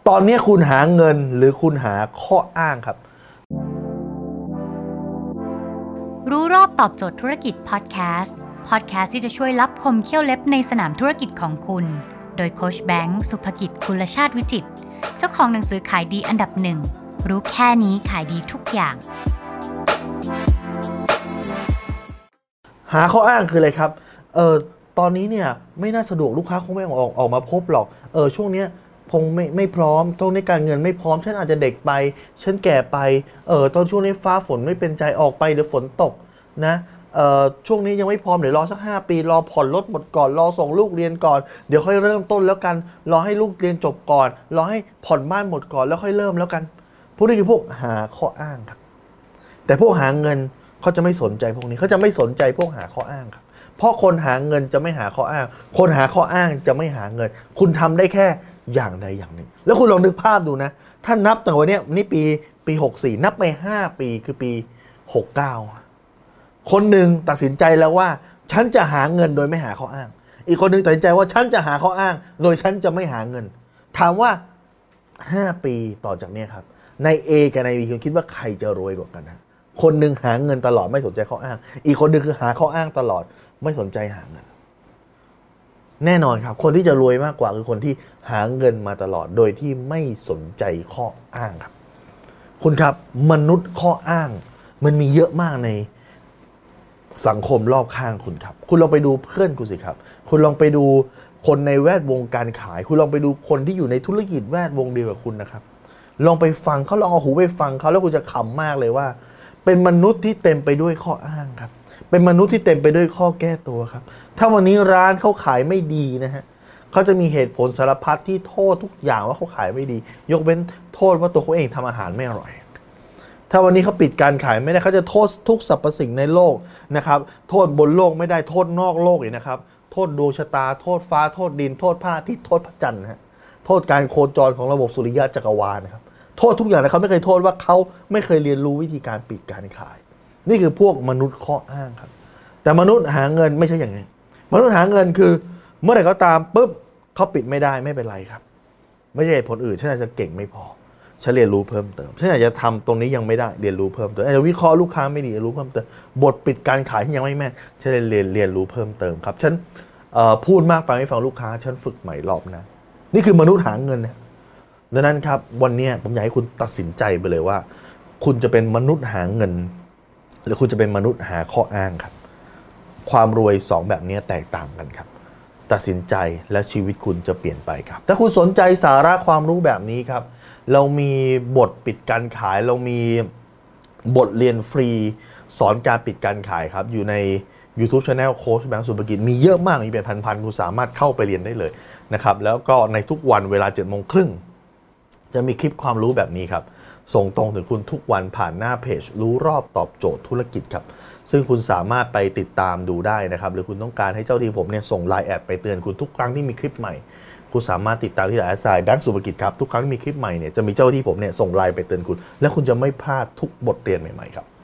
ตอนนี้คุณหาเงินหรือคุณหาข้ออ้างครับรู้รอบตอบโจทย์ธุรกิจพอดแคสต์ที่จะช่วยลับคมเขี้ยวเล็บในสนามธุรกิจของคุณโดยโค้ชแบงค์สุภกิจกุลชาติวิจิตรเจ้าของหนังสือขายดีอันดับหนึ่งรู้แค่นี้ขายดีทุกอย่างหาข้ออ้างคืออะไรครับตอนนี้เนี่ยไม่น่าสะดวกลูกค้าคงไม่ออกมาพบหรอกช่วงนี้คงไม่พร้อมตรงในการเงินไม่พร้อมฉันอาจจะเด็กไปฉันแก่ไปตอนช่วงนี้ฟ้าฝนไม่เป็นใจออกไปเดี๋ยวฝนตกนะช่วงนี้ยังไม่พร้อมเดี๋ยวรอสัก5 ปีรอผ่อนรถหมดก่อนรอส่งลูกเรียนก่อนเดี๋ยวค่อยเริ่มต้นแล้วกันรอให้ลูกเรียนจบก่อนรอให้ผ่อนบ้านหมดก่อนแล้วค่อยเริ่มแล้วกันพวกนี้คือพวกหาข้ออ้างครับแต่พวกหาเงินเขาจะไม่สนใจพวกนี้เขาจะไม่สนใจพวกหาข้ออ้างครับเพราะคนหาเงินจะไม่หาข้ออ้างคนหาข้ออ้างจะไม่หาเงินคุณทำได้แค่อย่างใดอย่างหนึ่งแล้วคุณลองนึกภาพดูนะถ้านับตั้งวันนี้นี่ปี64นับไป5 ปีคือปี69คนหนึ่งตัดสินใจแล้วว่าฉันจะหาเงินโดยไม่หาข้ออ้างอีกคนหนึ่งตัดสินใจว่าฉันจะหาข้ออ้างโดยฉันจะไม่หาเงินถามว่า5 ปีต่อจากนี้ครับใน A กับใน B คุณคิดว่าใครจะรวยกว่ากันนะคนหนึ่งหาเงินตลอดไม่สนใจข้ออ้างอีกคนหนึ่งคือหาข้ออ้างตลอดไม่สนใจหาเงินแน่นอนครับคนที่จะรวยมากกว่าคือคนที่หาเงินมาตลอดโดยที่ไม่สนใจข้ออ้างครับคุณครับมนุษย์ข้ออ้างมันมีเยอะมากในสังคมรอบข้างคุณครับคุณลองไปดูเพื่อนคุณสิครับคุณลองไปดูคนในแวดวงการขายคุณลองไปดูคนที่อยู่ในธุรกิจแวดวงเดียวกับคุณนะครับลองไปฟังเขาลองเอาหูไปฟังเขาแล้วคุณจะขำมากเลยว่าเป็นมนุษย์ที่เต็มไปด้วยข้ออ้างครับเป็นมนุษย์ที่เต็มไปด้วยข้อแก้ตัวครับถ้าวันนี้ร้านเขาขายไม่ดีนะฮะเขาจะมีเหตุผลสารพัดที่โทษทุกอย่างว่าเขาขายไม่ดียกเว้นโทษว่าตัวเขาเองทำอาหารไม่อร่อยถ้าวันนี้เขาปิดการขายไม่ได้เขาจะโทษทุกสรรพสิ่งในโลกนะครับโทษบนโลกไม่ได้โทษนอกโลกอีกนะครับโทษดวงชะตาโทษฟ้าโทษดินโทษพระอาทิตย์โทษพระจันทร์นะฮะโทษการโคจรของระบบสุริยะจักรวาลนะครับโทษทุกอย่างเลยเขาไม่เคยโทษว่าเขาไม่เคยเรียนรู้วิธีการปิดการขายนี่คือพวกมนุษย์ข้ออ้างครับแต่มนุษย์หาเงินไม่ใช่อย่างนี้มนุษย์หาเงินคือเมื่อไหร่ก็ตามปุ๊บเขาปิดไม่ได้ไม่เป็นไรครับไม่ใช่ผลอื่นฉันอาจจะเก่งไม่พอฉันเรียนรู้เพิ่มเติมฉันอาจจะทำตรงนี้ยังไม่ได้เรียนรู้เพิ่มเติมอาจจะวิเคราะห์ลูกค้าไม่ดีเรียนรู้เพิ่มเติมบทปิดการขายฉันยังไม่แม่นฉันเรียนรู้เพิ่มเติมครับฉันพูดมากไปไม่ฟังลูกค้าฉันฝึกใหม่รอบหน้านี่คือมนุษย์หาเงินนะดังนั้นครับวันนี้ผมอยากให้คุณตัดสินใจไปเลยว่าคุณจะเป็นมนุษย์หาเงินหรือคุณจะเป็นมนุษย์หาข้ออ้างครับความรวย2แบบนี้แตกต่างกันครับตัดสินใจและชีวิตคุณจะเปลี่ยนไปครับถ้าคุณสนใจสาระความรู้แบบนี้ครับเรามีบทปิดการขายเรามีบทเรียนฟรีสอนการปิดการขายครับอยู่ใน YouTube Channel โค้ชแบงค์สุภกิจมีเยอะมากมีเป็นพันๆคุณสามารถเข้าไปเรียนได้เลยนะครับแล้วก็ในทุกวันเวลา 7:30 น.จะมีคลิปความรู้แบบนี้ครับส่งตรงถึงคุณทุกวันผ่านหน้าเพจรู้รอบตอบโจทย์ธุรกิจครับซึ่งคุณสามารถไปติดตามดูได้นะครับหรือคุณต้องการให้เจ้าทีมผมเนี่ยส่งไลน์แอดไปเตือนคุณทุกครั้งที่มีคลิปใหม่คุณสามารถติดตามที่ไลน์แอดแบงค์สุภกิจครับทุกครั้งที่มีคลิปใหม่เนี่ยจะมีเจ้าที่ผมเนี่ยส่งไลน์ไปเตือนคุณและคุณจะไม่พลาดทุกบทเรียนใหม่ๆครับ